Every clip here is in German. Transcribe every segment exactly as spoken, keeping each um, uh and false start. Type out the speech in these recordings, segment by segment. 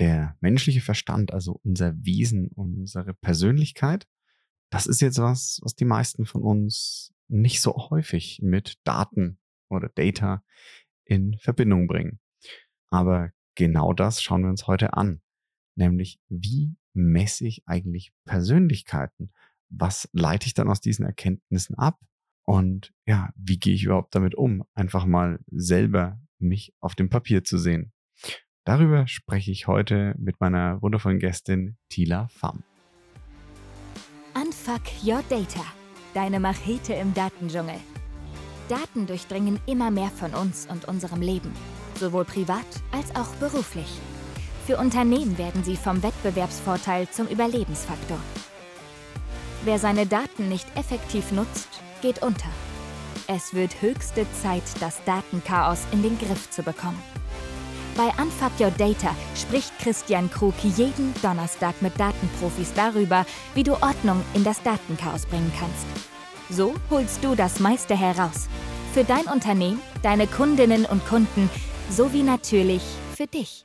Der menschliche Verstand, also unser Wesen, unsere Persönlichkeit, das ist jetzt was, was die meisten von uns nicht so häufig mit Daten oder Data in Verbindung bringen. Aber genau das schauen wir uns heute an, nämlich wie messe ich eigentlich Persönlichkeiten? Was leite ich dann aus diesen Erkenntnissen ab? Und ja, wie gehe ich überhaupt damit um, einfach mal selber mich auf dem Papier zu sehen? Darüber spreche ich heute mit meiner wundervollen Gästin Tila Pham. Unfuck Your Data, deine Machete im Datendschungel. Daten durchdringen immer mehr von uns und unserem Leben, sowohl privat als auch beruflich. Für Unternehmen werden sie vom Wettbewerbsvorteil zum Überlebensfaktor. Wer seine Daten nicht effektiv nutzt, geht unter. Es wird höchste Zeit, das Datenchaos in den Griff zu bekommen. Bei Unfuck Your Data spricht Christian Krug jeden Donnerstag mit Datenprofis darüber, wie du Ordnung in das Datenchaos bringen kannst. So holst du das meiste heraus. Für dein Unternehmen, deine Kundinnen und Kunden, sowie natürlich für dich.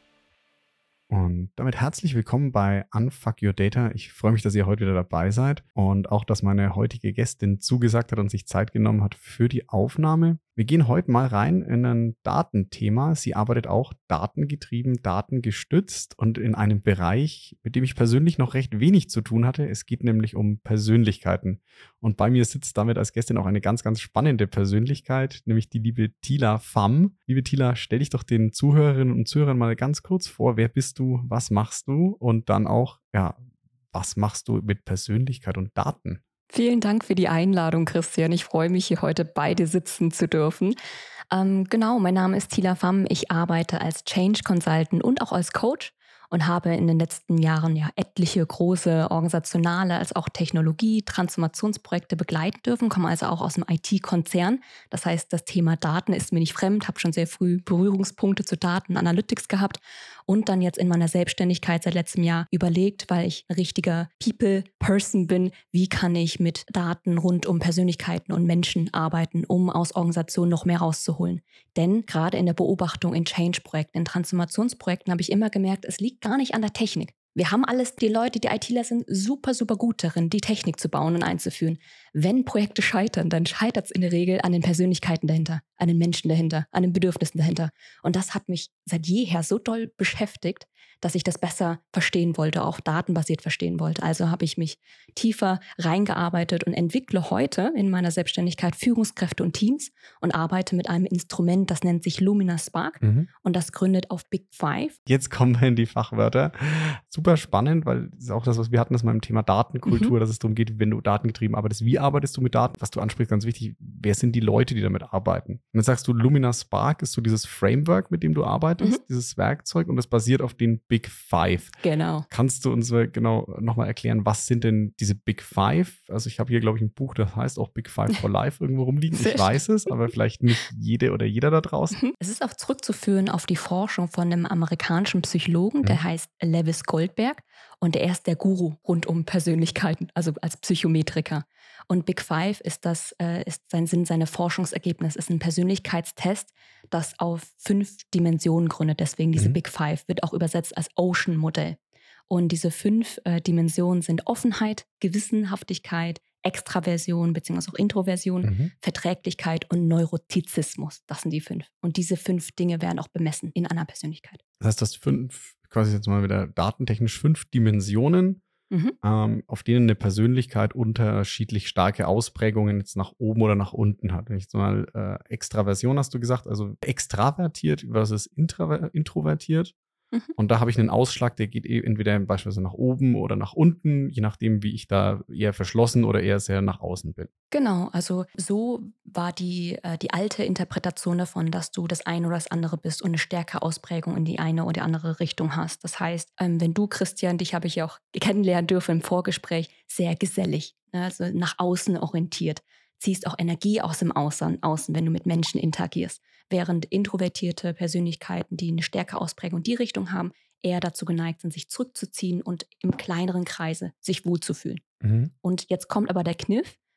Und damit herzlich willkommen bei Unfuck Your Data. Ich freue mich, dass ihr heute wieder dabei seid und auch, dass meine heutige Gästin zugesagt hat und sich Zeit genommen hat für die Aufnahme. Wir gehen heute mal rein in ein Datenthema. Sie arbeitet auch datengetrieben, datengestützt und in einem Bereich, mit dem ich persönlich noch recht wenig zu tun hatte. Es geht nämlich um Persönlichkeiten. Und bei mir sitzt damit als Gästin auch eine ganz, ganz spannende Persönlichkeit, nämlich die liebe Tila Pham. Liebe Tila, stell dich doch den Zuhörerinnen und Zuhörern mal ganz kurz vor. Wer bist du? Was machst du? Und dann auch, ja, was machst du mit Persönlichkeit und Daten? Vielen Dank für die Einladung, Christian. Ich freue mich, hier heute bei dir sitzen zu dürfen. Ähm, genau, mein Name ist Tila Pham. Ich arbeite als Change Consultant und auch als Coach und habe in den letzten Jahren ja etliche große organisationale als auch Technologie-, Transformationsprojekte begleiten dürfen, komme also auch aus dem I T-Konzern. Das heißt, das Thema Daten ist mir nicht fremd, habe schon sehr früh Berührungspunkte zu Daten, Analytics gehabt und dann jetzt in meiner Selbstständigkeit seit letztem Jahr überlegt, weil ich ein richtiger People-Person bin, wie kann ich mit Daten rund um Persönlichkeiten und Menschen arbeiten, um aus Organisationen noch mehr rauszuholen. Denn gerade in der Beobachtung in Change-Projekten, in Transformationsprojekten habe ich immer gemerkt, es liegt gar nicht an der Technik. Wir haben alles, die Leute, die ITler sind super, super gut darin, die Technik zu bauen und einzuführen. Wenn Projekte scheitern, dann scheitert es in der Regel an den Persönlichkeiten dahinter, an den Menschen dahinter, an den Bedürfnissen dahinter. Und das hat mich seit jeher so doll beschäftigt, dass ich das besser verstehen wollte, auch datenbasiert verstehen wollte. Also habe ich mich tiefer reingearbeitet und entwickle heute in meiner Selbstständigkeit Führungskräfte und Teams und arbeite mit einem Instrument, das nennt sich Lumina Spark mhm. und das gründet auf Big Five. Jetzt kommen wir in die Fachwörter. Super spannend, weil das ist auch das, was wir hatten, das mal im Thema Datenkultur, mhm. dass es darum geht, wenn du datengetrieben arbeitest, wie arbeitest du mit Daten? Was du ansprichst, ganz wichtig, wer sind die Leute, die damit arbeiten? Und dann sagst du, Lumina Spark ist so dieses Framework, mit dem du arbeitest, mhm. dieses Werkzeug und das basiert auf den Big Five. Genau. Kannst du uns genau nochmal erklären, was sind denn diese Big Five? Also ich habe hier, glaube ich, ein Buch, das heißt auch Big Five for Life irgendwo rumliegen. Ich weiß es, aber vielleicht nicht jede oder jeder da draußen. Es ist auch zurückzuführen auf die Forschung von einem amerikanischen Psychologen, der mhm. heißt Lewis Goldberg und er ist der Guru rund um Persönlichkeiten, also als Psychometriker. Und Big Five ist das, äh, ist sein, sind seine Forschungsergebnisse, ist ein Persönlichkeitstest, das auf fünf Dimensionen gründet. Deswegen diese mhm. Big Five wird auch übersetzt als Ocean-Modell. Und diese fünf äh, Dimensionen sind Offenheit, Gewissenhaftigkeit, Extraversion bzw. auch Introversion, mhm. Verträglichkeit und Neurotizismus. Das sind die fünf. Und diese fünf Dinge werden auch bemessen in einer Persönlichkeit. Das heißt, das fünf, quasi jetzt mal wieder datentechnisch fünf Dimensionen, mhm. ähm, auf denen eine Persönlichkeit unterschiedlich starke Ausprägungen jetzt nach oben oder nach unten hat. Wenn ich jetzt mal äh, Extraversion hast du gesagt, also extravertiert versus intraver- introvertiert. Mhm. Und da habe ich einen Ausschlag, der geht entweder beispielsweise nach oben oder nach unten, je nachdem, wie ich da eher verschlossen oder eher sehr nach außen bin. Genau, also so war die, äh, die alte Interpretation davon, dass du das eine oder das andere bist und eine stärkere Ausprägung in die eine oder die andere Richtung hast. Das heißt, ähm, wenn du, Christian, dich habe ich ja auch kennenlernen dürfen im Vorgespräch, sehr gesellig, ne, also nach außen orientiert. Ziehst auch Energie aus dem Außen, außen, wenn du mit Menschen interagierst. Während introvertierte Persönlichkeiten, die eine stärkere Ausprägung in die Richtung haben, eher dazu geneigt sind, sich zurückzuziehen und im kleineren Kreise sich wohlzufühlen. Mhm. Und jetzt kommt aber der Kniff,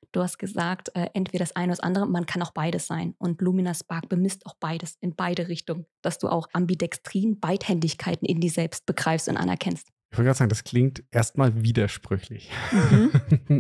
Du hast gesagt, äh, entweder das eine oder das andere, man kann auch beides sein. Und Lumina Spark bemisst auch beides in beide Richtungen, dass du auch Ambidextrien, Beidhändigkeiten in dir selbst begreifst und anerkennst. Ich wollte gerade sagen, das klingt erstmal widersprüchlich. Mhm.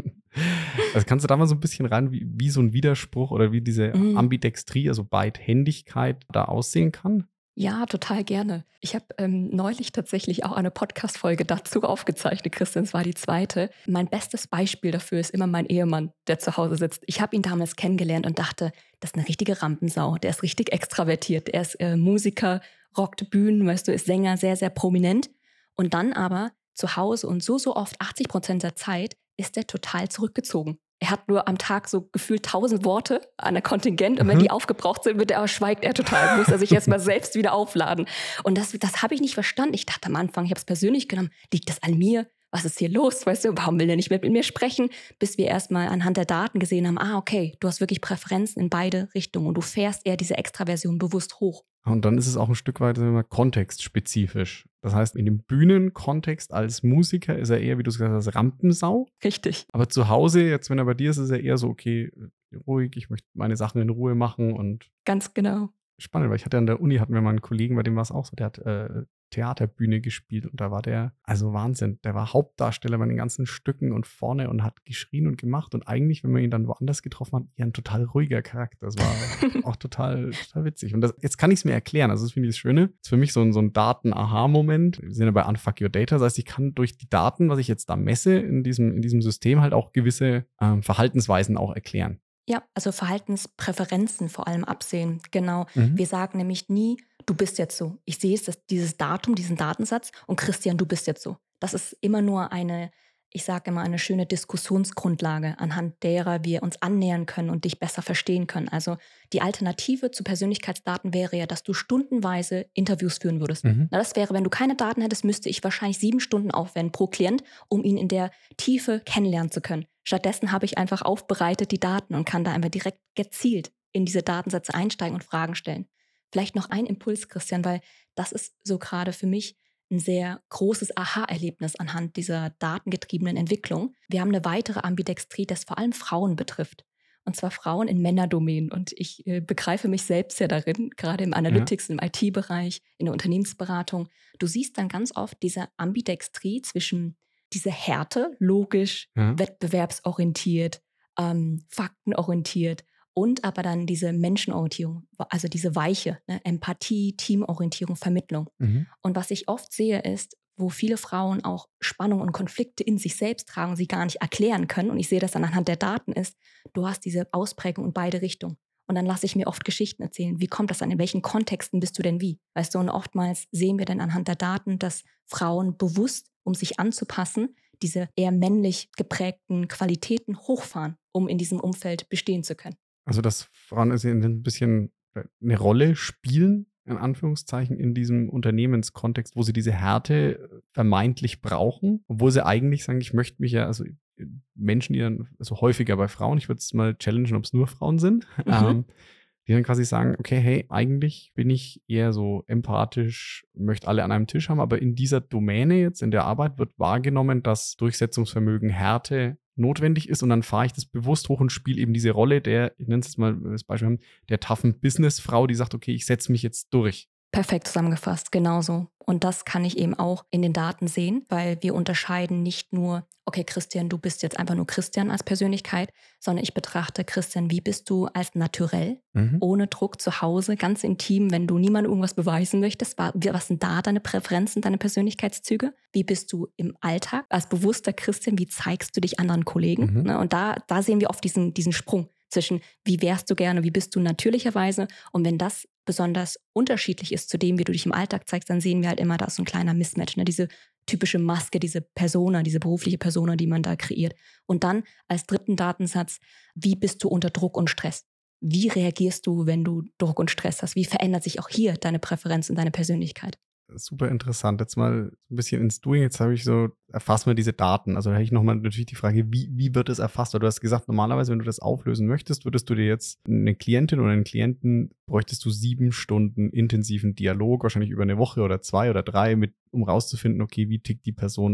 Also kannst du da mal so ein bisschen ran, wie, wie so ein Widerspruch oder wie diese Mhm. Ambidextrie, also Beidhändigkeit, da aussehen kann? Ja, total gerne. Ich habe ähm, neulich tatsächlich auch eine Podcast-Folge dazu aufgezeichnet, Christian, es war die zweite. Mein bestes Beispiel dafür ist immer mein Ehemann, der zu Hause sitzt. Ich habe ihn damals kennengelernt und dachte, das ist eine richtige Rampensau. Der ist richtig extravertiert. Er ist äh, Musiker, rockt Bühnen, weißt du, ist Sänger, sehr, sehr prominent. Und dann aber zu Hause und so, so oft, achtzig Prozent der Zeit, ist er total zurückgezogen. Er hat nur am Tag so gefühlt tausend Worte an der Kontingent und wenn Mhm. die aufgebraucht sind, wird er, schweigt er total, muss er sich erstmal selbst wieder aufladen. Und das, das habe ich nicht verstanden. Ich dachte am Anfang, ich habe es persönlich genommen, liegt das an mir? Was ist hier los? Weißt du, warum will er nicht mehr mit mir sprechen? Bis wir erstmal anhand der Daten gesehen haben, ah, okay, du hast wirklich Präferenzen in beide Richtungen und du fährst eher diese Extraversion bewusst hoch. Und dann ist es auch ein Stück weit sagen wir mal, kontextspezifisch. Das heißt, in dem Bühnenkontext als Musiker ist er eher, wie du es gesagt hast, Rampensau. Richtig. Aber zu Hause, jetzt wenn er bei dir ist, ist er eher so, okay, ruhig, ich möchte meine Sachen in Ruhe machen und Ganz genau. spannend, weil ich hatte an der Uni, hatten wir mal einen Kollegen, bei dem war es auch so, der hat äh, Theaterbühne gespielt und da war der, also Wahnsinn, der war Hauptdarsteller bei den ganzen Stücken und vorne und hat geschrien und gemacht und eigentlich, wenn man ihn dann woanders getroffen hat, ja ein total ruhiger Charakter. Das war auch total, total witzig. Und das, jetzt kann ich es mir erklären, also das finde ich das Schöne. Das ist für mich so ein, so ein Daten-Aha-Moment. Wir sind ja bei Unfuck Your Data, das heißt, ich kann durch die Daten, was ich jetzt da messe, in diesem, in diesem System halt auch gewisse ähm, Verhaltensweisen auch erklären. Ja, also Verhaltenspräferenzen vor allem absehen. Genau. Mhm. Wir sagen nämlich nie, du bist jetzt so. Ich sehe es, das, dieses Datum, diesen Datensatz und Christian, du bist jetzt so. Das ist immer nur eine, ich sage immer, eine schöne Diskussionsgrundlage, anhand derer wir uns annähern können und dich besser verstehen können. Also die Alternative zu Persönlichkeitsdaten wäre ja, dass du stundenweise Interviews führen würdest. Mhm. Na, das wäre, wenn du keine Daten hättest, müsste ich wahrscheinlich sieben Stunden aufwenden pro Klient, um ihn in der Tiefe kennenlernen zu können. Stattdessen habe ich einfach aufbereitet die Daten und kann da einfach direkt gezielt in diese Datensätze einsteigen und Fragen stellen. Vielleicht noch ein Impuls, Christian, weil das ist so gerade für mich ein sehr großes Aha-Erlebnis anhand dieser datengetriebenen Entwicklung. Wir haben eine weitere Ambidextrie, das vor allem Frauen betrifft. Und zwar Frauen in Männerdomänen. Und ich äh, begreife mich selbst ja darin, gerade im Analytics, ja. Im I T-Bereich, in der Unternehmensberatung. Du siehst dann ganz oft diese Ambidextrie zwischen diese Härte, logisch, Ja. wettbewerbsorientiert, ähm, faktenorientiert und aber dann diese Menschenorientierung, also diese Weiche, ne? Empathie, Teamorientierung, Vermittlung. Mhm. Und was ich oft sehe ist, wo viele Frauen auch Spannungen und Konflikte in sich selbst tragen, sie gar nicht erklären können, und ich sehe das dann anhand der Daten ist, du hast diese Ausprägung in beide Richtungen. Und dann lasse ich mir oft Geschichten erzählen. Wie kommt das an? In welchen Kontexten bist du denn wie? Weißt du, und oftmals sehen wir dann anhand der Daten, dass Frauen bewusst, um sich anzupassen, diese eher männlich geprägten Qualitäten hochfahren, um in diesem Umfeld bestehen zu können. Also, dass Frauen also ein bisschen eine Rolle spielen, in Anführungszeichen, in diesem Unternehmenskontext, wo sie diese Härte vermeintlich brauchen, obwohl sie eigentlich sagen, ich möchte mich ja, also Menschen, die dann, also häufiger bei Frauen, ich würde es mal challengen, ob es nur Frauen sind, Mhm. ähm, die dann quasi sagen, okay, hey, eigentlich bin ich eher so empathisch, möchte alle an einem Tisch haben, aber in dieser Domäne jetzt, in der Arbeit, wird wahrgenommen, dass Durchsetzungsvermögen, Härte notwendig ist und dann fahre ich das bewusst hoch und spiele eben diese Rolle der, ich nenne es jetzt mal das Beispiel, der toughen Businessfrau, die sagt, okay, ich setze mich jetzt durch. Perfekt zusammengefasst, genauso. Und das kann ich eben auch in den Daten sehen, weil wir unterscheiden nicht nur, okay, Christian, du bist jetzt einfach nur Christian als Persönlichkeit, sondern ich betrachte Christian, wie bist du als Naturell, Mhm. ohne Druck zu Hause, ganz intim, wenn du niemandem irgendwas beweisen möchtest. wa- Was sind da deine Präferenzen, deine Persönlichkeitszüge? Wie bist du im Alltag als bewusster Christian? Wie zeigst du dich anderen Kollegen? Mhm. Ne? Und da, da sehen wir oft diesen, diesen Sprung zwischen, wie wärst du gerne, wie bist du natürlicherweise? Und wenn das besonders unterschiedlich ist zu dem, wie du dich im Alltag zeigst, dann sehen wir halt immer, da ist so ein kleiner Mismatch, ne? Diese typische Maske, diese Persona, diese berufliche Persona, die man da kreiert. Und dann als dritten Datensatz, wie bist du unter Druck und Stress? Wie reagierst du, wenn du Druck und Stress hast? Wie verändert sich auch hier deine Präferenz und deine Persönlichkeit? Super interessant. Jetzt mal ein bisschen ins Doing. Jetzt habe ich so, erfassen wir diese Daten. Also da hätte ich nochmal natürlich die Frage, wie, wie wird es erfasst? Weil du hast gesagt, normalerweise, wenn du das auflösen möchtest, würdest du dir jetzt eine Klientin oder einen Klienten, bräuchtest du sieben Stunden intensiven Dialog, wahrscheinlich über eine Woche oder zwei oder drei, mit, um rauszufinden, okay, wie tickt die Person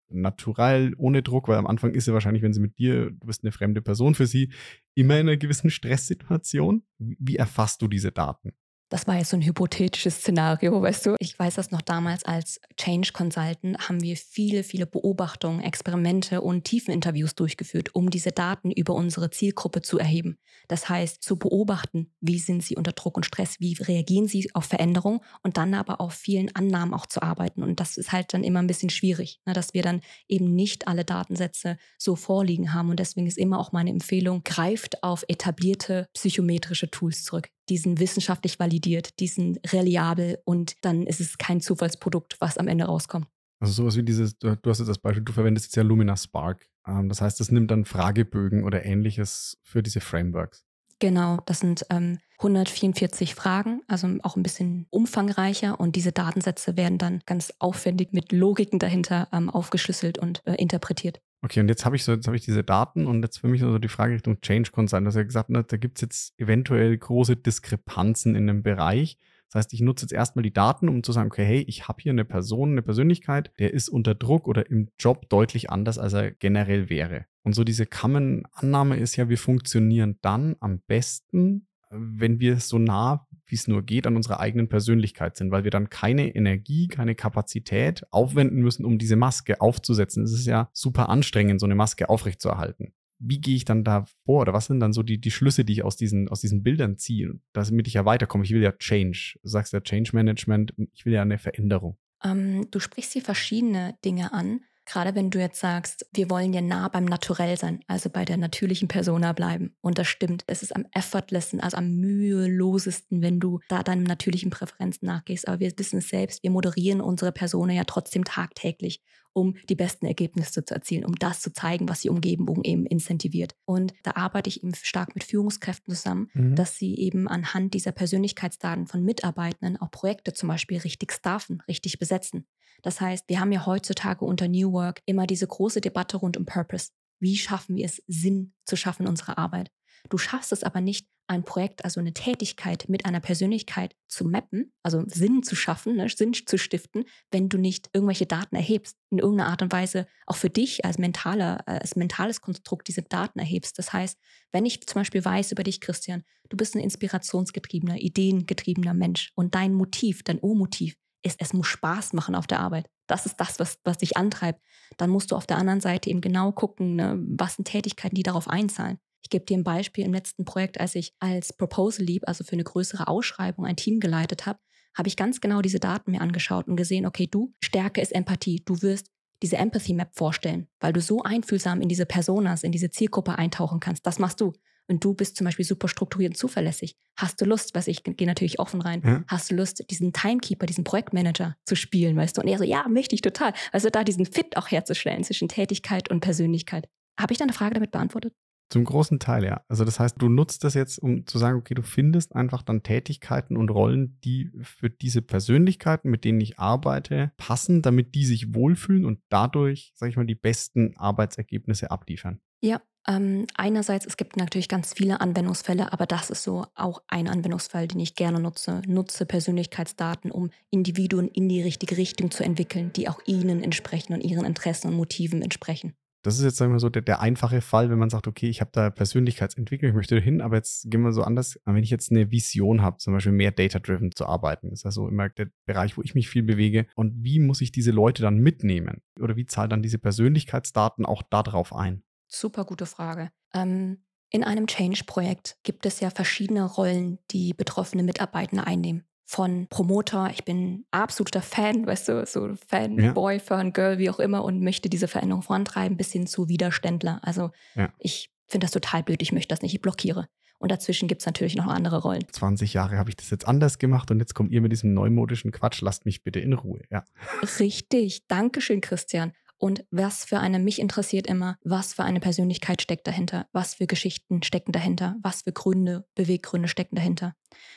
natural, ohne Druck? Weil am Anfang ist sie wahrscheinlich, wenn sie mit dir, du bist eine fremde Person für sie, immer in einer gewissen Stresssituation. Wie erfasst du diese Daten? Das war jetzt so ein hypothetisches Szenario, weißt du? Ich weiß das noch damals als Change Consultant haben wir viele, viele Beobachtungen, Experimente und Tiefeninterviews durchgeführt, um diese Daten über unsere Zielgruppe zu erheben. Das heißt, zu beobachten, wie sind sie unter Druck und Stress, wie reagieren sie auf Veränderung und dann aber auf vielen Annahmen auch zu arbeiten. Und das ist halt dann immer ein bisschen schwierig, ne, dass wir dann eben nicht alle Datensätze so vorliegen haben. Und deswegen ist immer auch meine Empfehlung, greift auf etablierte psychometrische Tools zurück. Die sind wissenschaftlich validiert, die sind reliabel und dann ist es kein Zufallsprodukt, was am Ende rauskommt. Also sowas wie dieses, du du hast jetzt das Beispiel, du verwendest jetzt ja Lumina Spark. Ähm, das heißt, das nimmt dann Fragebögen oder Ähnliches für diese Frameworks. Genau, das sind ähm, hundertvierundvierzig Fragen, also auch ein bisschen umfangreicher und diese Datensätze werden dann ganz aufwendig mit Logiken dahinter ähm, aufgeschlüsselt und äh, interpretiert. Okay, und jetzt habe ich so, jetzt habe ich diese Daten und jetzt für mich so die Frage Richtung Change Consultant. Du hast ja gesagt, ne, da gibt es jetzt eventuell große Diskrepanzen in dem Bereich. Das heißt, ich nutze jetzt erstmal die Daten, um zu sagen, okay, hey, ich habe hier eine Person, eine Persönlichkeit, der ist unter Druck oder im Job deutlich anders, als er generell wäre. Und so diese Common-Annahme ist ja, wir funktionieren dann am besten, wenn wir so nah, wie es nur geht, an unserer eigenen Persönlichkeit sind, weil wir dann keine Energie, keine Kapazität aufwenden müssen, um diese Maske aufzusetzen. Es ist ja super anstrengend, so eine Maske aufrechtzuerhalten. Wie gehe ich dann da vor oder was sind dann so die, die Schlüsse, die ich aus diesen, aus diesen Bildern ziehe, damit ich ja weiterkomme? Ich will ja Change. Du sagst ja Change Management, ich will ja eine Veränderung. Ähm, du sprichst hier verschiedene Dinge an. Gerade wenn du jetzt sagst, wir wollen ja nah beim Naturell sein, also bei der natürlichen Persona bleiben. Und das stimmt, es ist am effortlessen, also am mühelosesten, wenn du da deinen natürlichen Präferenzen nachgehst. Aber wir wissen es selbst, wir moderieren unsere Persona ja trotzdem tagtäglich, um die besten Ergebnisse zu erzielen, um das zu zeigen, was die Umgebung eben incentiviert. Und da arbeite ich eben stark mit Führungskräften zusammen, Mhm. dass sie eben anhand dieser Persönlichkeitsdaten von Mitarbeitenden auch Projekte zum Beispiel richtig staffen, richtig besetzen. Das heißt, wir haben ja heutzutage unter New Work immer diese große Debatte rund um Purpose. Wie schaffen wir es, Sinn zu schaffen in unserer Arbeit? Du schaffst es aber nicht, ein Projekt, also eine Tätigkeit mit einer Persönlichkeit zu mappen, also Sinn zu schaffen, ne, Sinn zu stiften, wenn du nicht irgendwelche Daten erhebst, in irgendeiner Art und Weise auch für dich als, mentaler, als mentales Konstrukt diese Daten erhebst. Das heißt, wenn ich zum Beispiel weiß über dich, Christian, du bist ein inspirationsgetriebener, ideengetriebener Mensch und dein Motiv, dein Urmotiv ist, es muss Spaß machen auf der Arbeit. Das ist das, was, was dich antreibt. Dann musst du auf der anderen Seite eben genau gucken, ne, was sind Tätigkeiten, die darauf einzahlen. Ich gebe dir ein Beispiel im letzten Projekt, als ich als Proposal Lead, also für eine größere Ausschreibung, ein Team geleitet habe, habe ich ganz genau diese Daten mir angeschaut und gesehen, okay, du, Stärke ist Empathie. Du wirst diese Empathy Map vorstellen, weil du so einfühlsam in diese Personas, in diese Zielgruppe eintauchen kannst. Das machst du. Und du bist zum Beispiel super strukturiert und zuverlässig. Hast du Lust, was ich gehe natürlich offen rein, Ja. hast du Lust, diesen Timekeeper, diesen Projektmanager zu spielen, weißt du? Und er so, ja, möchte ich total. Also da diesen Fit auch herzustellen zwischen Tätigkeit und Persönlichkeit. Habe ich deine Frage damit beantwortet? Zum großen Teil, ja. Also das heißt, du nutzt das jetzt, um zu sagen, okay, du findest einfach dann Tätigkeiten und Rollen, die für diese Persönlichkeiten, mit denen ich arbeite, passen, damit die sich wohlfühlen und dadurch, sage ich mal, die besten Arbeitsergebnisse abliefern. Ja, ähm, einerseits, es gibt natürlich ganz viele Anwendungsfälle, aber das ist so auch ein Anwendungsfall, den ich gerne nutze. Nutze Persönlichkeitsdaten, um Individuen in die richtige Richtung zu entwickeln, die auch ihnen entsprechen und ihren Interessen und Motiven entsprechen. Das ist jetzt, sagen wir so, der, der einfache Fall, wenn man sagt, okay, ich habe da Persönlichkeitsentwicklung, ich möchte dahin, aber jetzt gehen wir so anders. Wenn ich jetzt eine Vision habe, zum Beispiel mehr data-driven zu arbeiten, ist ja so immer der Bereich, wo ich mich viel bewege. Und wie muss ich diese Leute dann mitnehmen? Oder wie zahlen dann diese Persönlichkeitsdaten auch darauf ein? Super gute Frage. Ähm, in einem Change-Projekt gibt es ja verschiedene Rollen, die betroffene Mitarbeitende einnehmen. Von Promoter, ich bin absoluter Fan, weißt du, so Fanboy, Fangirl, wie auch immer, und möchte diese Veränderung vorantreiben, bis hin zu Widerständler. Also Ja. ich finde das total blöd, ich möchte das nicht, ich blockiere. Und dazwischen gibt es natürlich noch andere Rollen. zwanzig Jahre habe ich das jetzt anders gemacht und jetzt kommt ihr mit diesem neumodischen Quatsch, lasst mich bitte in Ruhe. Ja. Richtig, Dankeschön, Christian. Und was für eine, mich interessiert immer, was für eine Persönlichkeit steckt dahinter, was für Geschichten stecken dahinter, was für Gründe, Beweggründe stecken dahinter.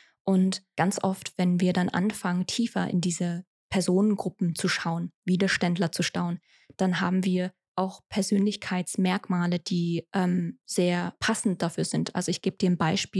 Und ganz oft, wenn wir dann anfangen, tiefer in diese Personengruppen zu schauen, Widerständler zu schauen, dann haben wir auch Persönlichkeitsmerkmale, die ähm, sehr passend dafür sind. Also ich gebe dir ein Beispiel.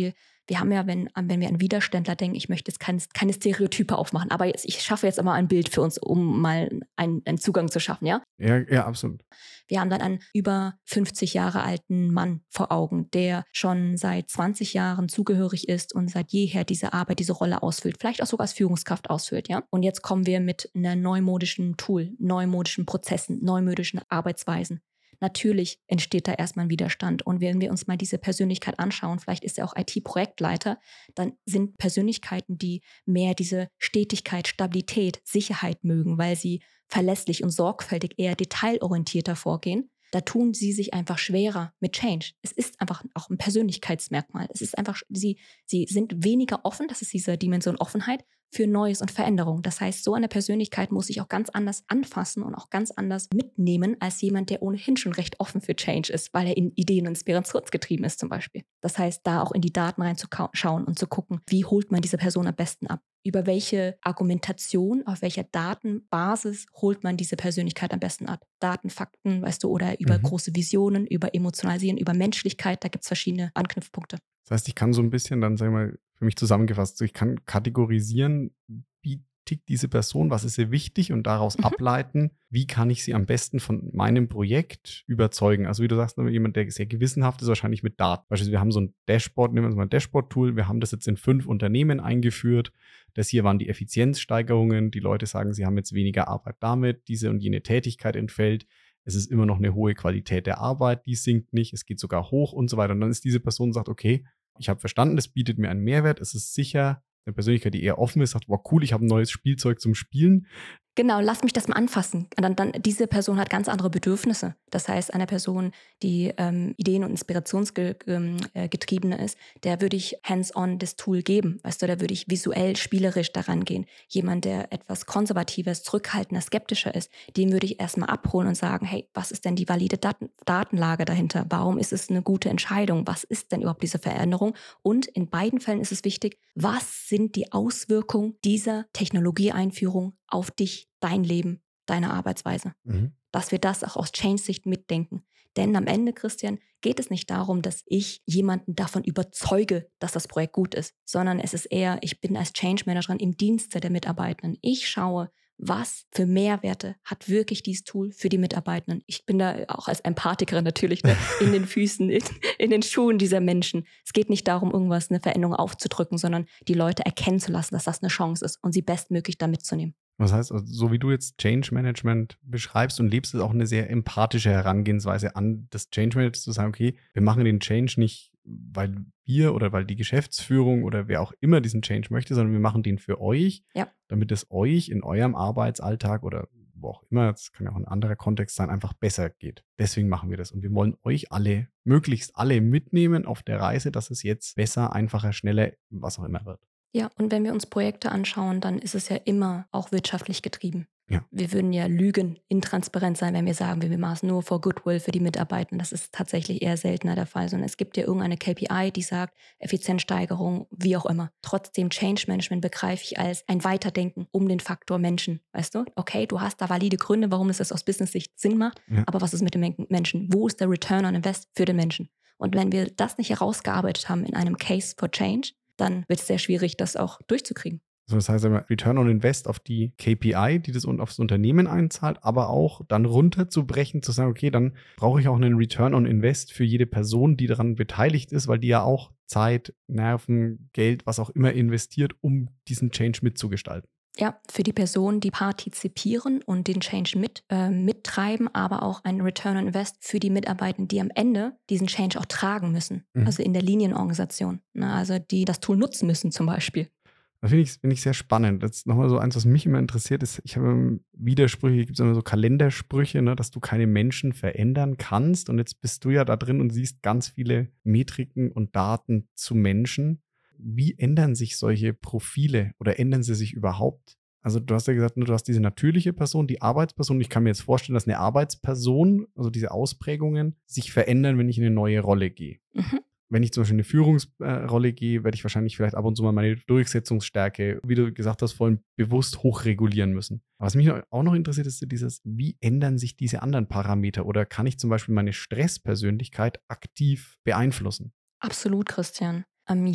wir haben ja, wenn, wenn wir an Widerständler denken, ich möchte jetzt keine, keine Stereotype aufmachen, aber jetzt, ich schaffe jetzt immer ein Bild für uns, um mal einen, einen Zugang zu schaffen, ja? Ja, ja, absolut. Wir haben dann einen über fünfzig Jahre alten Mann vor Augen, der schon seit zwanzig Jahren zugehörig ist und seit jeher diese Arbeit, diese Rolle ausfüllt, vielleicht auch sogar als Führungskraft ausfüllt, ja? Und jetzt kommen wir mit einer neumodischen Tool, neumodischen Prozessen, neumodischen Arbeitsweisen. Natürlich entsteht da erstmal ein Widerstand. Und wenn wir uns mal diese Persönlichkeit anschauen, vielleicht ist er auch I T-Projektleiter, dann sind Persönlichkeiten, die mehr diese Stetigkeit, Stabilität, Sicherheit mögen, weil sie verlässlich und sorgfältig eher detailorientierter vorgehen. Da tun sie sich einfach schwerer mit Change. Es ist einfach auch ein Persönlichkeitsmerkmal. Es ist einfach, sie, sie sind weniger offen, das ist diese Dimension Offenheit, für Neues und Veränderung. Das heißt, so eine Persönlichkeit muss sich auch ganz anders anfassen und auch ganz anders mitnehmen als jemand, der ohnehin schon recht offen für Change ist, weil er in Ideen- und Inspirationsgetrieben ist zum Beispiel. Das heißt, da auch in die Daten reinzuschauen und zu gucken, wie holt man diese Person am besten ab? Über welche Argumentation, auf welcher Datenbasis holt man diese Persönlichkeit am besten ab? Daten, Fakten, weißt du, oder über Mhm. große Visionen, über Emotionalisieren, über Menschlichkeit, da gibt es verschiedene Anknüpfpunkte. Das heißt, ich kann so ein bisschen dann, sagen wir mal, für mich zusammengefasst, so ich kann kategorisieren, wie tickt diese Person, was ist ihr wichtig und daraus Mhm. ableiten, wie kann ich sie am besten von meinem Projekt überzeugen. Also wie du sagst, jemand, der sehr gewissenhaft ist, wahrscheinlich mit Daten. Beispielsweise, wir haben so ein Dashboard, nehmen wir uns mal ein Dashboard-Tool, wir haben das jetzt in fünf Unternehmen eingeführt. Das hier waren die Effizienzsteigerungen. Die Leute sagen, sie haben jetzt weniger Arbeit damit, diese und jene Tätigkeit entfällt. Es ist immer noch eine hohe Qualität der Arbeit, die sinkt nicht, es geht sogar hoch und so weiter. Und dann ist diese Person, sagt, okay, ich habe verstanden, das bietet mir einen Mehrwert, es ist sicher. Eine Persönlichkeit, die eher offen ist, sagt, wow, cool, ich habe ein neues Spielzeug zum Spielen. Genau, lass mich das mal anfassen. Dann, dann, diese Person hat ganz andere Bedürfnisse. Das heißt, eine Person, die ähm, Ideen- und Inspirationsgetriebene ist, der würde ich hands-on das Tool geben. Weißt du, da würde ich visuell, spielerisch daran gehen. Jemand, der etwas konservatives, zurückhaltender, skeptischer ist, den würde ich erstmal abholen und sagen, hey, was ist denn die valide Daten- Datenlage dahinter? Warum ist es eine gute Entscheidung? Was ist denn überhaupt diese Veränderung? Und in beiden Fällen ist es wichtig, was sind die Auswirkungen dieser Technologieeinführung auf dich, dein Leben, deine Arbeitsweise? Mhm. Dass wir das auch aus Change-Sicht mitdenken. Denn am Ende, Christian, geht es nicht darum, dass ich jemanden davon überzeuge, dass das Projekt gut ist, sondern es ist eher, ich bin als Change-Managerin im Dienste der Mitarbeitenden. Ich schaue, was für Mehrwerte hat wirklich dieses Tool für die Mitarbeitenden. Ich bin da auch als Empathikerin natürlich ne, in den Füßen, in, in den Schuhen dieser Menschen. Es geht nicht darum, irgendwas, eine Veränderung aufzudrücken, sondern die Leute erkennen zu lassen, dass das eine Chance ist und sie bestmöglich da mitzunehmen. Das heißt, also, so wie du jetzt Change Management beschreibst und lebst, ist auch eine sehr empathische Herangehensweise an das Change Management, zu sagen, okay, wir machen den Change nicht, weil wir oder weil die Geschäftsführung oder wer auch immer diesen Change möchte, sondern wir machen den für euch, Ja. damit es euch in eurem Arbeitsalltag oder wo auch immer, das kann ja auch ein anderer Kontext sein, einfach besser geht. Deswegen machen wir das. Und wir wollen euch alle, möglichst alle mitnehmen auf der Reise, dass es jetzt besser, einfacher, schneller, was auch immer wird. Ja, und wenn wir uns Projekte anschauen, dann ist es ja immer auch wirtschaftlich getrieben. Ja. Wir würden ja lügen, intransparent sein, wenn wir sagen, wir machen es nur for Goodwill für die Mitarbeiter. Das ist tatsächlich eher seltener der Fall, sondern es gibt ja irgendeine K P I, die sagt, Effizienzsteigerung, wie auch immer. Trotzdem Change Management begreife ich als ein Weiterdenken um den Faktor Menschen. Weißt du? Okay, du hast da valide Gründe, warum es das aus Business-Sicht Sinn macht, Ja. aber was ist mit dem Menschen? Wo ist der Return on Invest für den Menschen? Und wenn wir das nicht herausgearbeitet haben in einem Case for Change, dann wird es sehr schwierig, das auch durchzukriegen. Also das heißt, Return on Invest auf die K P I, die das aufs Unternehmen einzahlt, aber auch dann runterzubrechen, zu sagen, okay, dann brauche ich auch einen Return on Invest für jede Person, die daran beteiligt ist, weil die ja auch Zeit, Nerven, Geld, was auch immer investiert, um diesen Change mitzugestalten. Ja, für die Personen, die partizipieren und den Change mit, äh, mittreiben, aber auch ein Return on Invest für die Mitarbeiter, die am Ende diesen Change auch tragen müssen. Mhm. Also in der Linienorganisation. Ne? Also die das Tool nutzen müssen zum Beispiel. Das finde ich, find ich sehr spannend. Das ist nochmal so eins, was mich immer interessiert, ist, ich habe Widersprüche, gibt es immer so Kalendersprüche, ne, dass du keine Menschen verändern kannst. Und jetzt bist du ja da drin und siehst ganz viele Metriken und Daten zu Menschen. Wie ändern sich solche Profile oder ändern sie sich überhaupt? Also du hast ja gesagt, du hast diese natürliche Person, die Arbeitsperson. Ich kann mir jetzt vorstellen, dass eine Arbeitsperson, also diese Ausprägungen, sich verändern, wenn ich in eine neue Rolle gehe. Mhm. Wenn ich zum Beispiel in eine Führungsrolle gehe, werde ich wahrscheinlich vielleicht ab und zu mal meine Durchsetzungsstärke, wie du gesagt hast, vorhin bewusst hochregulieren müssen. Aber was mich auch noch interessiert, ist so dieses, wie ändern sich diese anderen Parameter oder kann ich zum Beispiel meine Stresspersönlichkeit aktiv beeinflussen? Absolut, Christian. Ähm, ja,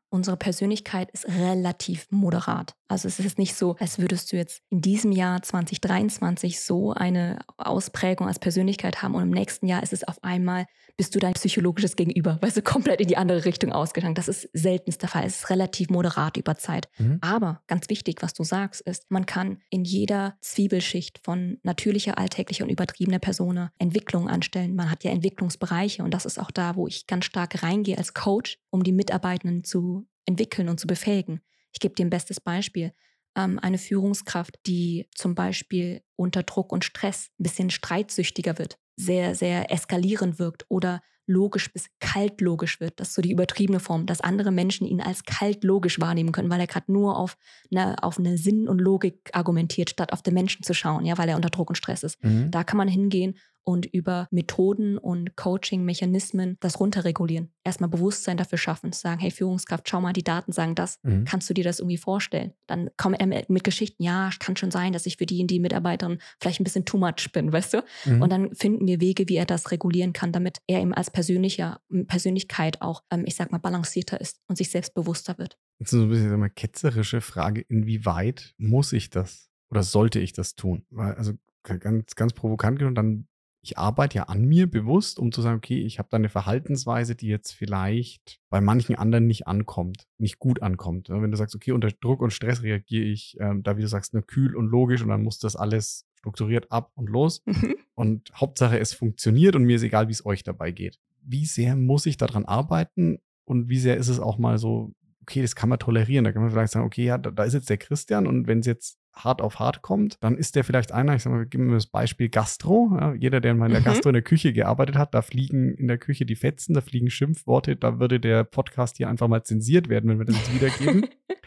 Unsere Persönlichkeit ist relativ moderat. Also es ist nicht so, als würdest du jetzt in diesem Jahr zwanzig dreiundzwanzig so eine Ausprägung als Persönlichkeit haben und im nächsten Jahr ist es auf einmal, bist du dein psychologisches Gegenüber, weißt du, komplett in die andere Richtung ausgegangen. Das ist seltenst der Fall. Es ist relativ moderat über Zeit. Mhm. Aber ganz wichtig, was du sagst, ist, man kann in jeder Zwiebelschicht von natürlicher, alltäglicher und übertriebener Persona Entwicklung anstellen. Man hat ja Entwicklungsbereiche und das ist auch da, wo ich ganz stark reingehe als Coach, um die Mitarbeitenden zu entwickeln und zu befähigen. Ich gebe dir ein bestes Beispiel. Ähm, eine Führungskraft, die zum Beispiel unter Druck und Stress ein bisschen streitsüchtiger wird, sehr, sehr eskalierend wirkt oder logisch bis kaltlogisch wird. Das ist so die übertriebene Form, dass andere Menschen ihn als kaltlogisch wahrnehmen können, weil er gerade nur auf eine, auf eine Sinn und Logik argumentiert, statt auf den Menschen zu schauen, ja, weil er unter Druck und Stress ist. Mhm. Da kann man hingehen und über Methoden und Coaching-Mechanismen das runterregulieren. Erstmal Bewusstsein dafür schaffen, zu sagen, hey Führungskraft, schau mal, die Daten sagen das. Mhm. Kannst du dir das irgendwie vorstellen? Dann kommt er mit, mit Geschichten, ja, kann schon sein, dass ich für die und die Mitarbeiterin vielleicht ein bisschen too much bin, weißt du? Mhm. Und dann finden wir Wege, wie er das regulieren kann, damit er eben als persönlicher Persönlichkeit auch, ähm, ich sag mal, balancierter ist und sich selbstbewusster wird. Jetzt so ein bisschen eine ketzerische Frage, inwieweit muss ich das oder sollte ich das tun? Weil, also ganz, ganz provokant genommen, dann, ich arbeite ja an mir bewusst, um zu sagen, okay, ich habe da eine Verhaltensweise, die jetzt vielleicht bei manchen anderen nicht ankommt, nicht gut ankommt. Ja, wenn du sagst, okay, unter Druck und Stress reagiere ich, ähm, da wie du sagst, nur kühl und logisch und dann muss das alles strukturiert ab und los. Mhm. Und Hauptsache, es funktioniert und mir ist egal, wie es euch dabei geht. Wie sehr muss ich daran arbeiten und wie sehr ist es auch mal so, okay, das kann man tolerieren. Da kann man vielleicht sagen, okay, ja, da, da ist jetzt der Christian und wenn es jetzt hart auf hart kommt, dann ist der vielleicht einer, ich sag mal, geben wir das Beispiel Gastro. Ja, jeder, der mal in der Mhm. Gastro in der Küche gearbeitet hat, da fliegen in der Küche die Fetzen, da fliegen Schimpfworte, da würde der Podcast hier einfach mal zensiert werden, wenn wir das jetzt wiedergeben.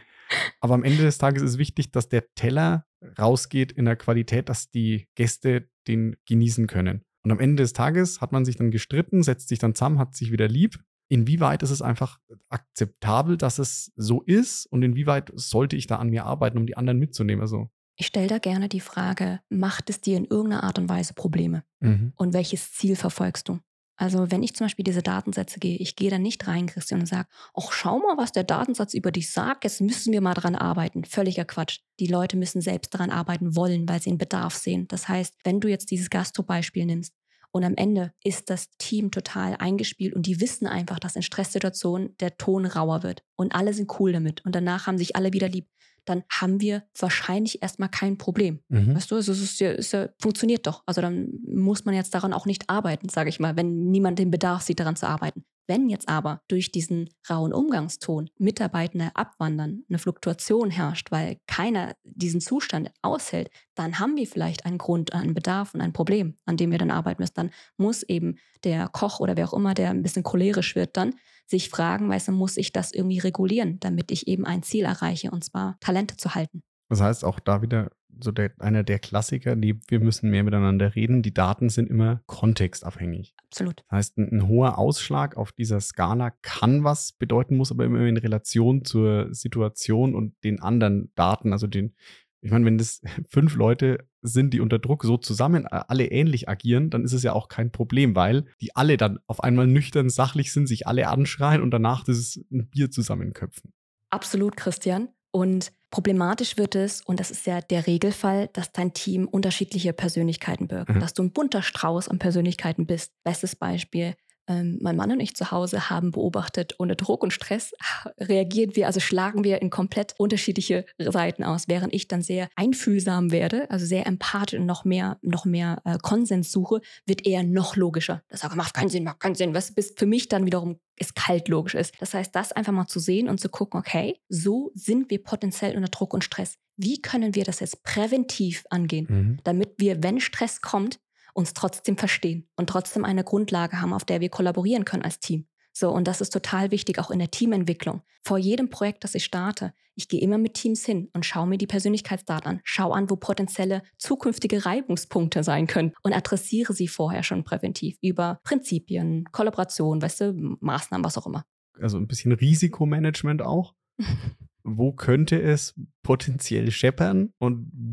Aber am Ende des Tages ist wichtig, dass der Teller rausgeht in der Qualität, dass die Gäste den genießen können. Und am Ende des Tages hat man sich dann gestritten, setzt sich dann zusammen, hat sich wieder lieb. Inwieweit ist es einfach akzeptabel, dass es so ist und inwieweit sollte ich da an mir arbeiten, um die anderen mitzunehmen? Also, Ich stelle da gerne die Frage, macht es dir in irgendeiner Art und Weise Probleme? mhm. Und welches Ziel verfolgst du? Also wenn ich zum Beispiel diese Datensätze gehe, ich gehe da nicht rein, Christian, und sage, ach, schau mal, was der Datensatz über dich sagt, jetzt müssen wir mal dran arbeiten. Völliger Quatsch. Die Leute müssen selbst daran arbeiten wollen, weil sie einen Bedarf sehen. Das heißt, wenn du jetzt dieses Gastro-Beispiel nimmst und am Ende ist das Team total eingespielt und die wissen einfach, dass in Stresssituationen der Ton rauer wird und alle sind cool damit und danach haben sich alle wieder lieb, dann haben wir wahrscheinlich erstmal kein Problem. Mhm. Weißt du, also es ist ja, ist ja, funktioniert doch. Also dann muss man jetzt daran auch nicht arbeiten, sage ich mal, wenn niemand den Bedarf sieht, daran zu arbeiten. Wenn jetzt aber durch diesen rauen Umgangston Mitarbeitende abwandern, eine Fluktuation herrscht, weil keiner diesen Zustand aushält, dann haben wir vielleicht einen Grund, einen Bedarf und ein Problem, an dem wir dann arbeiten müssen. Dann muss eben der Koch oder wer auch immer, der ein bisschen cholerisch wird, dann sich fragen, weißt du, muss ich das irgendwie regulieren, damit ich eben ein Ziel erreiche, und zwar Talente zu halten. Das heißt, auch da wieder so der, einer der Klassiker, die wir müssen mehr miteinander reden. Die Daten sind immer kontextabhängig. Absolut. Das heißt, ein, ein hoher Ausschlag auf dieser Skala kann was bedeuten, muss aber immer in Relation zur Situation und den anderen Daten, also den, ich meine, wenn das fünf Leute sind, die unter Druck so zusammen äh, alle ähnlich agieren, dann ist es ja auch kein Problem, weil die alle dann auf einmal nüchtern, sachlich sind, sich alle anschreien und danach das ist ein Bier zusammenköpfen. Absolut, Christian. Und problematisch wird es, und das ist ja der Regelfall, dass dein Team unterschiedliche Persönlichkeiten birgt, Mhm. dass du ein bunter Strauß an Persönlichkeiten bist. Bestes Beispiel, ähm, mein Mann und ich zu Hause haben beobachtet, unter Druck und Stress reagieren wir, also schlagen wir in komplett unterschiedliche Seiten aus, während ich dann sehr einfühlsam werde, also sehr empathisch und noch mehr, noch mehr äh, Konsens suche, wird er noch logischer. Das sagt, macht keinen Sinn, macht keinen Sinn, was bis für mich dann wiederum es kalt logisch ist. Das heißt, das einfach mal zu sehen und zu gucken, okay, so sind wir potenziell unter Druck und Stress. Wie können wir das jetzt präventiv angehen, Mhm. damit wir, wenn Stress kommt, uns trotzdem verstehen und trotzdem eine Grundlage haben, auf der wir kollaborieren können als Team. So, und das ist total wichtig, auch in der Teamentwicklung. Vor jedem Projekt, das ich starte, ich gehe immer mit Teams hin und schaue mir die Persönlichkeitsdaten an, schaue an, wo potenzielle zukünftige Reibungspunkte sein können und adressiere sie vorher schon präventiv über Prinzipien, Kollaboration, weißt du, Maßnahmen, was auch immer. Also ein bisschen Risikomanagement auch. Wo könnte es potenziell scheppern und wie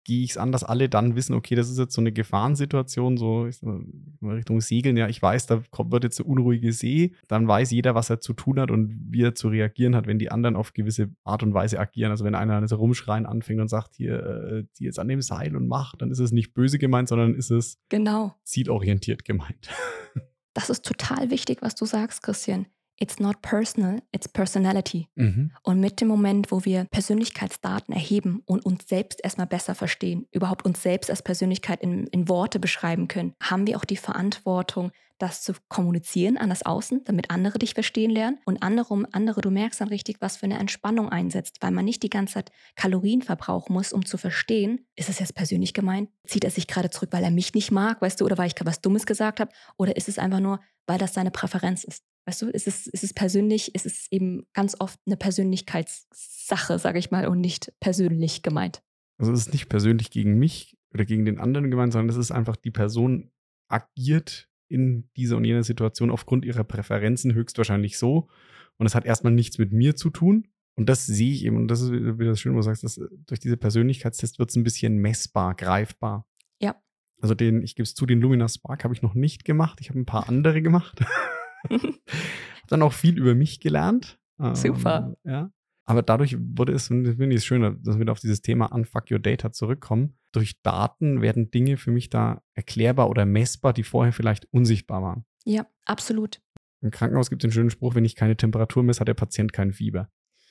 gehe ich es an, dass alle dann wissen, okay, das ist jetzt so eine Gefahrensituation, so ich sag mal, Richtung Segeln, ja, ich weiß, da kommt, wird jetzt eine unruhige See, dann weiß jeder, was er zu tun hat und wie er zu reagieren hat, wenn die anderen auf gewisse Art und Weise agieren. Also wenn einer so rumschreien anfängt und sagt, hier, äh, zieh jetzt an dem Seil und mach, dann ist es nicht böse gemeint, sondern ist es Genau. zielorientiert gemeint. Das ist total wichtig, was du sagst, Christian. It's not personal, it's personality. Mhm. Und mit dem Moment, wo wir Persönlichkeitsdaten erheben und uns selbst erstmal besser verstehen, überhaupt uns selbst als Persönlichkeit in, in Worte beschreiben können, haben wir auch die Verantwortung, das zu kommunizieren an das Außen, damit andere dich verstehen lernen. Und andere, andere, du merkst dann richtig, was für eine Entspannung einsetzt, weil man nicht die ganze Zeit Kalorien verbrauchen muss, um zu verstehen, ist es jetzt persönlich gemeint? Zieht er sich gerade zurück, weil er mich nicht mag, weißt du, oder weil ich gerade was Dummes gesagt habe? Oder ist es einfach nur, weil das seine Präferenz ist? Weißt du, ist es, ist es persönlich, ist es eben ganz oft eine Persönlichkeitssache, sage ich mal, und nicht persönlich gemeint. Also es ist nicht persönlich gegen mich oder gegen den anderen gemeint, sondern es ist einfach, die Person agiert in dieser und jener Situation aufgrund ihrer Präferenzen höchstwahrscheinlich so. Und es hat erstmal nichts mit mir zu tun. Und das sehe ich eben, und das ist wieder das Schöne, wo du sagst, dass durch diese Persönlichkeitstest wird es ein bisschen messbar, greifbar. Ja. Also den, ich gebe es zu, den Lumina Spark habe ich noch nicht gemacht. Ich habe ein paar andere gemacht. Habe dann auch viel über mich gelernt. Super. Ähm, ja. Aber dadurch wurde es, und das finde ich es schön, dass wir auf dieses Thema Unfuck Your Data zurückkommen. Durch Daten werden Dinge für mich da erklärbar oder messbar, die vorher vielleicht unsichtbar waren. Ja, absolut. Im Krankenhaus gibt es den schönen Spruch, wenn ich keine Temperatur messe, hat der Patient kein Fieber.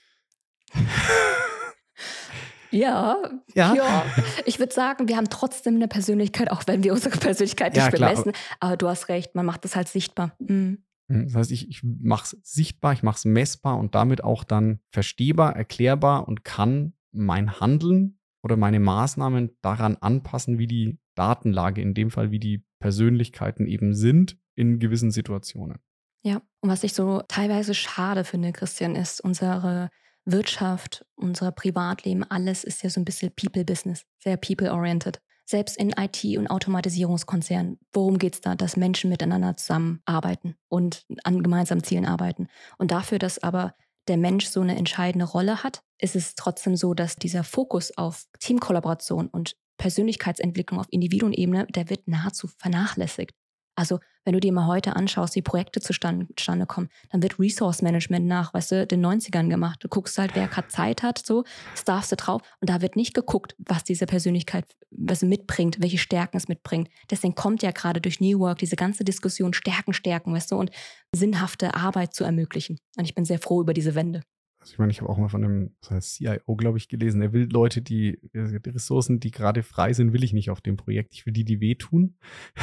Ja, ja, ja. Ich würde sagen, wir haben trotzdem eine Persönlichkeit, auch wenn wir unsere Persönlichkeit nicht ja, klar, bemessen. Aber du hast recht, man macht das halt sichtbar. Mhm. Das heißt, ich, ich mache es sichtbar, ich mache es messbar und damit auch dann verstehbar, erklärbar und kann mein Handeln oder meine Maßnahmen daran anpassen, wie die Datenlage, in dem Fall wie die Persönlichkeiten eben sind in gewissen Situationen. Ja, und was ich so teilweise schade finde, Christian, ist unsere Wirtschaft, unser Privatleben, alles ist ja so ein bisschen People-Business, sehr people-oriented. Selbst in I T- und Automatisierungskonzernen, worum geht es da? Dass Menschen miteinander zusammenarbeiten und an gemeinsamen Zielen arbeiten. Und dafür, dass aber der Mensch so eine entscheidende Rolle hat, ist es trotzdem so, dass dieser Fokus auf Teamkollaboration und Persönlichkeitsentwicklung auf Individuenebene, der wird nahezu vernachlässigt. Also wenn du dir mal heute anschaust, wie Projekte zustande, zustande kommen, dann wird Resource Management nach, weißt du, den neunzigern gemacht. Du guckst halt, wer gerade Zeit hat, so, starfst du drauf. Und da wird nicht geguckt, was diese Persönlichkeit was sie mitbringt, welche Stärken es mitbringt. Deswegen kommt ja gerade durch New Work diese ganze Diskussion Stärken, Stärken, weißt du, und sinnhafte Arbeit zu ermöglichen. Und ich bin sehr froh über diese Wende. Also ich meine, ich habe auch mal von einem das heißt C I O, glaube ich, gelesen, er will Leute, die, die Ressourcen, die gerade frei sind, will ich nicht auf dem Projekt. Ich will die, die wehtun.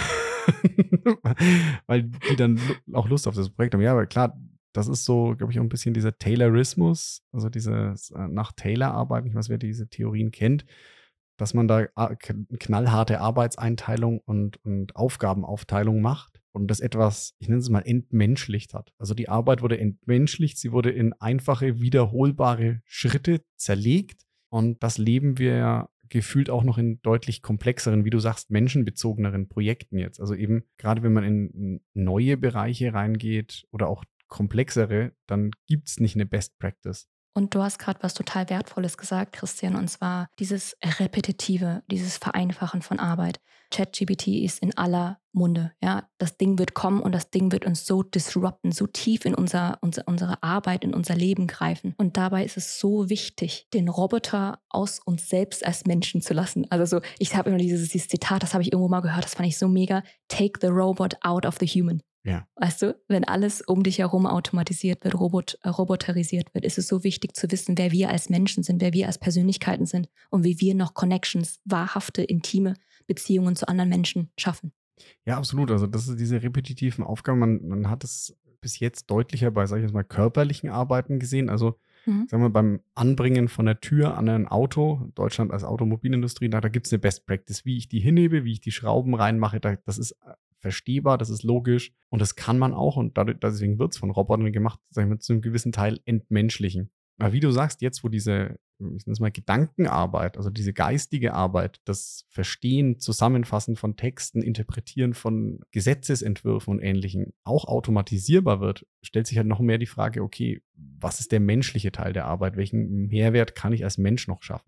Weil die dann auch Lust auf das Projekt haben. Ja, aber klar, das ist so, glaube ich, auch ein bisschen dieser Taylorismus, also dieses nach Taylor arbeiten, ich weiß, wer diese Theorien kennt, dass man da knallharte Arbeitseinteilung und, und Aufgabenaufteilung macht und das etwas, ich nenne es mal, entmenschlicht hat. Also die Arbeit wurde entmenschlicht, sie wurde in einfache, wiederholbare Schritte zerlegt und das leben wir ja gefühlt auch noch in deutlich komplexeren, wie du sagst, menschenbezogeneren Projekten jetzt. Also eben, gerade wenn man in neue Bereiche reingeht oder auch komplexere, dann gibt es nicht eine Best Practice. Und du hast gerade was total Wertvolles gesagt, Christian, und zwar dieses Repetitive, dieses Vereinfachen von Arbeit. ChatGPT ist in aller Munde. Ja? Das Ding wird kommen und das Ding wird uns so disrupten, so tief in unser, unser, unsere Arbeit, in unser Leben greifen. Und dabei ist es so wichtig, den Roboter aus uns selbst als Menschen zu lassen. Also so, ich habe immer dieses, dieses Zitat, das habe ich irgendwo mal gehört, das fand ich so mega. Take the robot out of the human. Ja. Weißt du, wenn alles um dich herum automatisiert wird, robot, äh, roboterisiert wird, ist es so wichtig zu wissen, wer wir als Menschen sind, wer wir als Persönlichkeiten sind und wie wir noch Connections, wahrhafte, intime Beziehungen zu anderen Menschen schaffen. Ja, absolut. Also das ist diese repetitiven Aufgaben. Man, man hat es bis jetzt deutlicher bei, sag ich jetzt mal, körperlichen Arbeiten gesehen. Also mhm. sagen wir beim Anbringen von der Tür an ein Auto, Deutschland als Automobilindustrie, da, da gibt es eine Best Practice, wie ich die hinhebe, wie ich die Schrauben reinmache. Da, das ist verstehbar, das ist logisch und das kann man auch und dadurch, deswegen wird es von Robotern gemacht, sag ich mal, zu einem gewissen Teil entmenschlichen. Aber wie du sagst, jetzt wo diese, ich nenne es mal Gedankenarbeit, also diese geistige Arbeit, das Verstehen, Zusammenfassen von Texten, Interpretieren von Gesetzesentwürfen und Ähnlichem auch automatisierbar wird, stellt sich halt noch mehr die Frage, okay, was ist der menschliche Teil der Arbeit? Welchen Mehrwert kann ich als Mensch noch schaffen?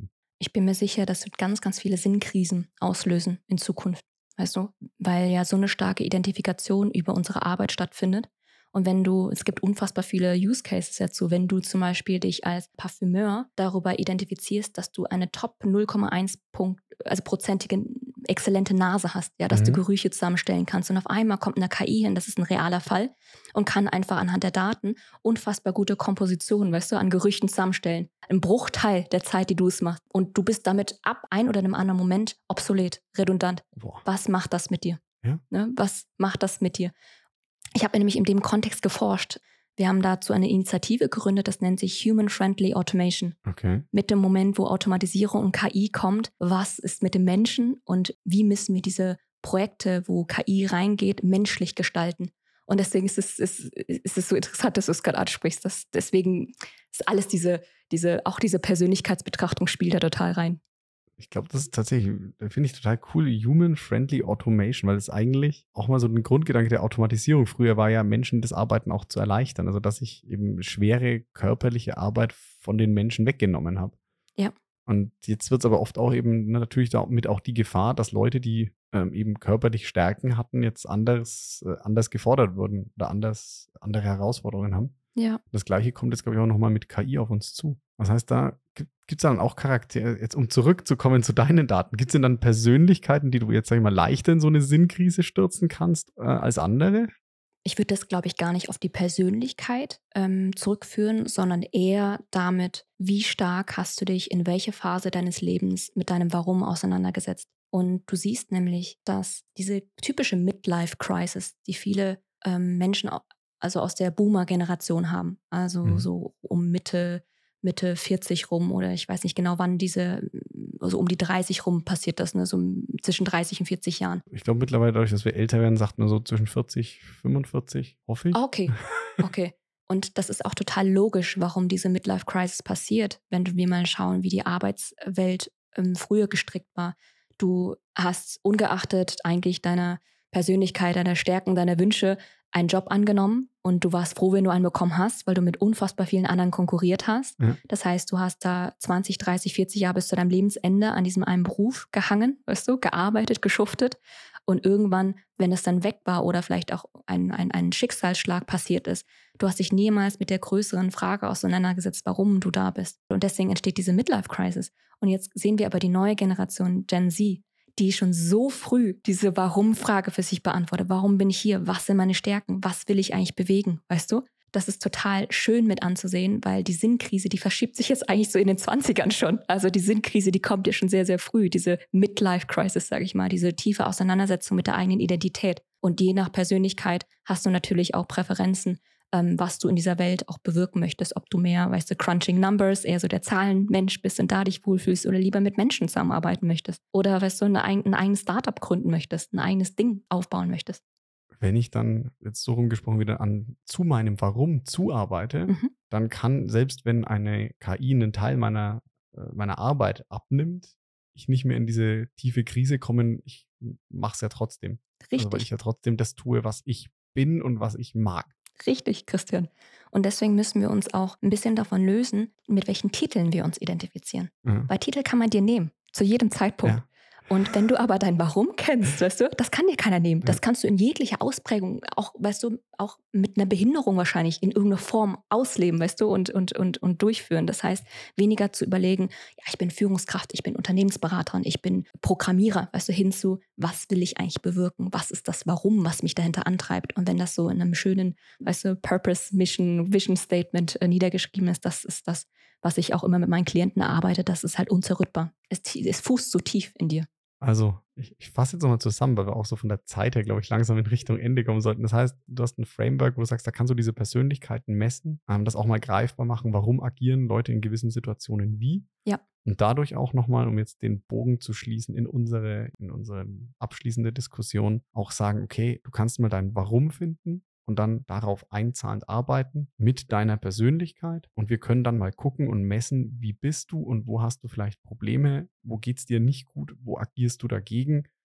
Ich bin mir sicher, das wird ganz, ganz viele Sinnkrisen auslösen in Zukunft. Weißt du? Weil ja so eine starke Identifikation über unsere Arbeit stattfindet. Und wenn du, es gibt unfassbar viele Use Cases dazu, wenn du zum Beispiel dich als Parfümeur darüber identifizierst, dass du eine Top null Komma eins Punkt, also prozentige exzellente Nase hast, ja, dass du Mhm. Gerüche zusammenstellen kannst. Und auf einmal kommt eine K I hin, das ist ein realer Fall, und kann einfach anhand der Daten unfassbar gute Kompositionen, weißt du, an Gerüchen zusammenstellen. Ein Bruchteil der Zeit, die du es machst. Und du bist damit ab ein oder einem anderen Moment obsolet, redundant. Boah. Was macht das mit dir? Ja. Ne? Was macht das mit dir? Ich habe nämlich in dem Kontext geforscht. Wir haben dazu eine Initiative gegründet, das nennt sich Human Friendly Automation. Okay. Mit dem Moment, wo Automatisierung und K I kommt, was ist mit dem Menschen und wie müssen wir diese Projekte, wo K I reingeht, menschlich gestalten? Und deswegen ist es, ist, ist es so interessant, dass du es gerade ansprichst. Dass deswegen ist alles diese, diese, auch diese Persönlichkeitsbetrachtung spielt da total rein. Ich glaube, das ist tatsächlich, äh, finde ich total cool, Human-Friendly Automation, weil es eigentlich auch mal so ein Grundgedanke der Automatisierung früher war, ja, Menschen das Arbeiten auch zu erleichtern. Also, dass ich eben schwere körperliche Arbeit von den Menschen weggenommen habe. Ja. Und jetzt wird es aber oft auch eben ne, natürlich damit auch die Gefahr, dass Leute, die ähm, eben körperlich Stärken hatten, jetzt anders, äh, anders gefordert wurden oder anders, andere Herausforderungen haben. Ja. Das Gleiche kommt jetzt, glaube ich, auch nochmal mit K I auf uns zu. Das heißt, da gibt es dann auch Charaktere, jetzt um zurückzukommen zu deinen Daten, gibt es denn dann Persönlichkeiten, die du jetzt, sag ich mal, leichter in so eine Sinnkrise stürzen kannst äh, als andere? Ich würde das, glaube ich, gar nicht auf die Persönlichkeit ähm, zurückführen, sondern eher damit, wie stark hast du dich in welche Phase deines Lebens mit deinem Warum auseinandergesetzt. Und du siehst nämlich, dass diese typische Midlife-Crisis, die viele ähm, Menschen, au- also aus der Boomer-Generation haben, also Mhm. so um Mitte, Mitte vierzig rum oder ich weiß nicht genau, wann diese, also um die dreißig rum passiert das, ne? So zwischen dreißig und vierzig Jahren. Ich glaube mittlerweile, dadurch, dass wir älter werden, sagt man so zwischen vierzig, fünfundvierzig, hoffe ich. Ah, okay, okay. Und das ist auch total logisch, warum diese Midlife-Crisis passiert, wenn wir mal schauen, wie die Arbeitswelt ähm, früher gestrickt war. Du hast ungeachtet eigentlich deiner Persönlichkeit, deiner Stärken, deiner Wünsche einen Job angenommen und du warst froh, wenn du einen bekommen hast, weil du mit unfassbar vielen anderen konkurriert hast. Ja. Das heißt, du hast da zwanzig, dreißig, vierzig Jahre bis zu deinem Lebensende an diesem einen Beruf gehangen, weißt du, gearbeitet, geschuftet. Und irgendwann, wenn es dann weg war oder vielleicht auch ein, ein, ein Schicksalsschlag passiert ist, du hast dich niemals mit der größeren Frage auseinandergesetzt, warum du da bist. Und deswegen entsteht diese Midlife-Crisis. Und jetzt sehen wir aber die neue Generation Gen Z, die schon so früh diese Warum-Frage für sich beantwortet. Warum bin ich hier? Was sind meine Stärken? Was will ich eigentlich bewegen? Weißt du? Das ist total schön mit anzusehen, weil die Sinnkrise, die verschiebt sich jetzt eigentlich so in den zwanzigern schon. Also die Sinnkrise, die kommt ja schon sehr, sehr früh. Diese Midlife-Crisis, sage ich mal, diese tiefe Auseinandersetzung mit der eigenen Identität. Und je nach Persönlichkeit hast du natürlich auch Präferenzen, ähm, was du in dieser Welt auch bewirken möchtest. Ob du mehr, weißt du, Crunching Numbers, eher so der Zahlenmensch bist und da dich wohlfühlst oder lieber mit Menschen zusammenarbeiten möchtest. Oder, weißt du, eine, ein eigenes Startup gründen möchtest, ein eigenes Ding aufbauen möchtest. Wenn ich dann jetzt so rumgesprochen wieder an zu meinem Warum zuarbeite, Mhm. dann kann, selbst wenn eine K I einen Teil meiner, äh, meiner Arbeit abnimmt, ich nicht mehr in diese tiefe Krise kommen, ich mache es ja trotzdem. Also weil Richtig. ich ja trotzdem das tue, was ich bin und was ich mag. Richtig, Christian. Und deswegen müssen wir uns auch ein bisschen davon lösen, mit welchen Titeln wir uns identifizieren. Ja. Weil Titel kann man dir nehmen, zu jedem Zeitpunkt. Ja. Und wenn du aber dein Warum kennst, weißt du, das kann dir keiner nehmen. Das Ja. kannst du in jeglicher Ausprägung, auch, weißt du, auch mit einer Behinderung wahrscheinlich in irgendeiner Form ausleben, weißt du, und, und, und, und durchführen. Das heißt, weniger zu überlegen, ja, ich bin Führungskraft, ich bin Unternehmensberaterin, ich bin Programmierer, weißt du, hinzu, was will ich eigentlich bewirken? Was ist das Warum, was mich dahinter antreibt? Und wenn das so in einem schönen, weißt du, Purpose, Mission, Vision Statement äh, niedergeschrieben ist, das ist das, was ich auch immer mit meinen Klienten erarbeite, das ist halt unzerrüttbar. Es, es fußt so tief in dir. Also, ich, ich fasse jetzt nochmal zusammen, weil wir auch so von der Zeit her, glaube ich, langsam in Richtung Ende kommen sollten. Das heißt, du hast ein Framework, wo du sagst, da kannst du diese Persönlichkeiten messen, ähm, das auch mal greifbar machen, warum agieren Leute in gewissen Situationen wie. Ja. Und dadurch auch nochmal, um jetzt den Bogen zu schließen in unsere, in unsere abschließende Diskussion, auch sagen, okay, du kannst mal dein Warum finden und dann darauf einzahlend arbeiten mit deiner Persönlichkeit. Und wir können dann mal gucken und messen, wie bist du und wo hast du vielleicht Probleme, wo geht es dir nicht gut, wo agierst du dagegen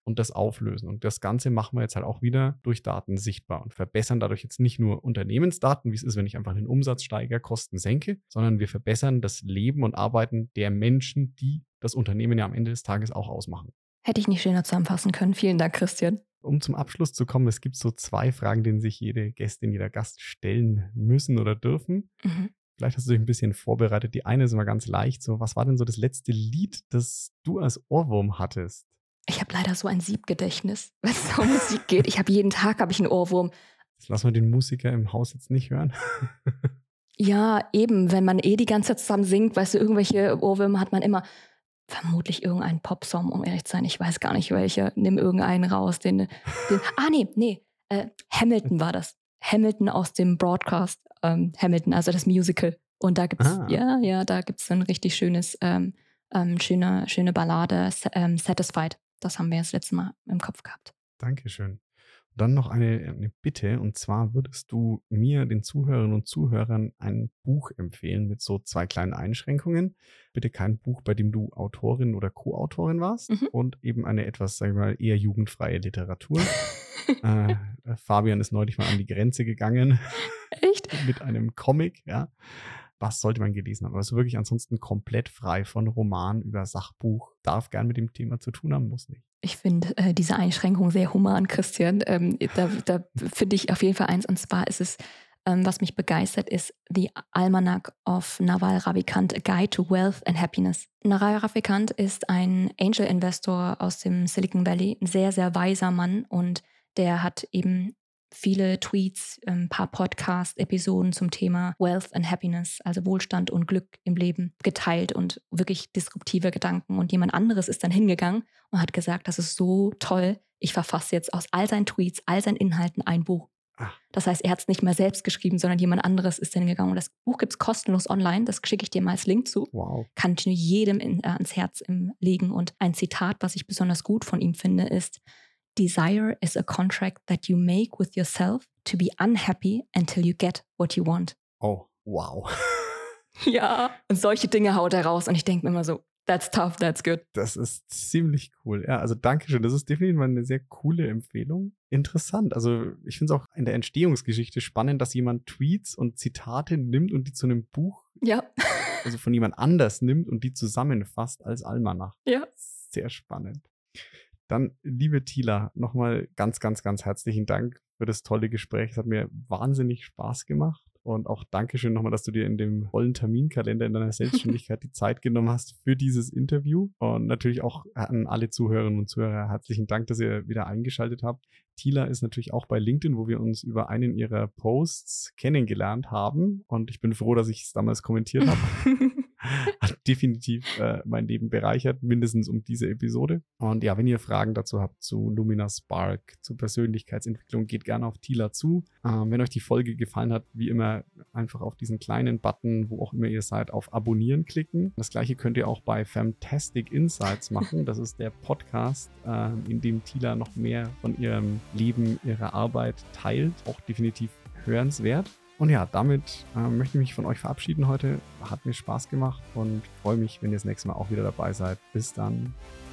und das auflösen. Und das Ganze machen wir jetzt halt auch wieder durch Daten sichtbar und verbessern dadurch jetzt nicht nur Unternehmensdaten, wie es ist, wenn ich einfach den Umsatz steigere, Kosten senke, sondern wir verbessern das Leben und Arbeiten der Menschen, die das Unternehmen ja am Ende des Tages auch ausmachen. Hätte ich nicht schöner zusammenfassen können. Vielen Dank, Christian. Um zum Abschluss zu kommen, es gibt so zwei Fragen, denen sich jede Gästin, jeder Gast stellen müssen oder dürfen. Mhm. Vielleicht hast du dich ein bisschen vorbereitet. Die eine ist immer ganz leicht. So, was war denn so das letzte Lied, das du als Ohrwurm hattest? Ich habe leider so ein Siebgedächtnis, wenn es um Musik geht. Ich habe jeden Tag habe ich einen Ohrwurm. Das lassen wir den Musiker im Haus jetzt nicht hören. Ja, eben, wenn man eh die ganze Zeit zusammen singt, weißt du, irgendwelche Ohrwürmer hat man immer. Vermutlich irgendeinen Popsong, um ehrlich zu sein. Ich weiß gar nicht welcher. Nimm irgendeinen raus. Den, den, ah, nee, nee. Äh, Hamilton war das. Hamilton aus dem Broadcast. Ähm, Hamilton, also das Musical. Und da gibt's, Ah. ja, ja, da gibt's ein richtig schönes, ähm, ähm, schöne, schöne Ballade, ähm, Satisfied. Das haben wir das letzte Mal im Kopf gehabt. Dankeschön. Und dann noch eine, eine Bitte, und zwar würdest du mir, den Zuhörerinnen und Zuhörern, ein Buch empfehlen mit so zwei kleinen Einschränkungen. Bitte kein Buch, bei dem du Autorin oder Co-Autorin warst Mhm. und eben eine etwas, sagen wir mal, eher jugendfreie Literatur. äh, Fabian ist neulich mal an die Grenze gegangen Echt? mit einem Comic, ja. Was sollte man gelesen haben? Aber es ist wirklich ansonsten komplett frei von Roman über Sachbuch. Darf gern mit dem Thema zu tun haben, muss nicht. Ich finde äh, diese Einschränkung sehr human, Christian. Ähm, da da finde ich auf jeden Fall eins. Und zwar ist es, ähm, was mich begeistert, ist The Almanac of Naval Ravikant, A Guide to Wealth and Happiness. Naval Ravikant ist ein Angel-Investor aus dem Silicon Valley, ein sehr, sehr weiser Mann. Und der hat eben viele Tweets, ein paar Podcast-Episoden zum Thema Wealth and Happiness, also Wohlstand und Glück im Leben, geteilt und wirklich disruptive Gedanken. Und jemand anderes ist dann hingegangen und hat gesagt, das ist so toll, ich verfasse jetzt aus all seinen Tweets, all seinen Inhalten ein Buch. Ah. Das heißt, er hat es nicht mehr selbst geschrieben, sondern jemand anderes ist dann hingegangen. Und das Buch gibt es kostenlos online, das schicke ich dir mal als Link zu. Wow. Kann ich nur jedem in, äh, ans Herz im, legen. Und ein Zitat, was ich besonders gut von ihm finde, ist: Desire is a contract that you make with yourself to be unhappy until you get what you want. Oh, wow. Ja. Und solche Dinge haut er raus und ich denke mir immer so, that's tough, that's good. Das ist ziemlich cool. Ja, also danke schön. Das ist definitiv mal eine sehr coole Empfehlung. Interessant. Also ich finde es auch in der Entstehungsgeschichte spannend, dass jemand Tweets und Zitate nimmt und die zu einem Buch, Ja. also von jemand anders nimmt und die zusammenfasst als Almanach. Ja. Sehr spannend. Dann, liebe Tila, nochmal ganz, ganz, ganz herzlichen Dank für das tolle Gespräch. Es hat mir wahnsinnig Spaß gemacht. Und auch Dankeschön nochmal, dass du dir in dem vollen Terminkalender in deiner Selbstständigkeit die Zeit genommen hast für dieses Interview. Und natürlich auch an alle Zuhörerinnen und Zuhörer herzlichen Dank, dass ihr wieder eingeschaltet habt. Tila ist natürlich auch bei LinkedIn, wo wir uns über einen ihrer Posts kennengelernt haben. Und ich bin froh, dass ich es damals kommentiert habe. Hat definitiv äh, mein Leben bereichert, mindestens um diese Episode. Und ja, wenn ihr Fragen dazu habt zu Lumina Spark, zu Persönlichkeitsentwicklung, geht gerne auf Tila zu. Ähm, wenn euch die Folge gefallen hat, wie immer einfach auf diesen kleinen Button, wo auch immer ihr seid, auf Abonnieren klicken. Das gleiche könnt ihr auch bei Fantastic Insights machen. Das ist der Podcast, äh, in dem Tila noch mehr von ihrem Leben, ihrer Arbeit teilt. Auch definitiv hörenswert. Und ja, damit äh, möchte ich mich von euch verabschieden heute. Hat mir Spaß gemacht und freue mich, wenn ihr das nächste Mal auch wieder dabei seid. Bis dann.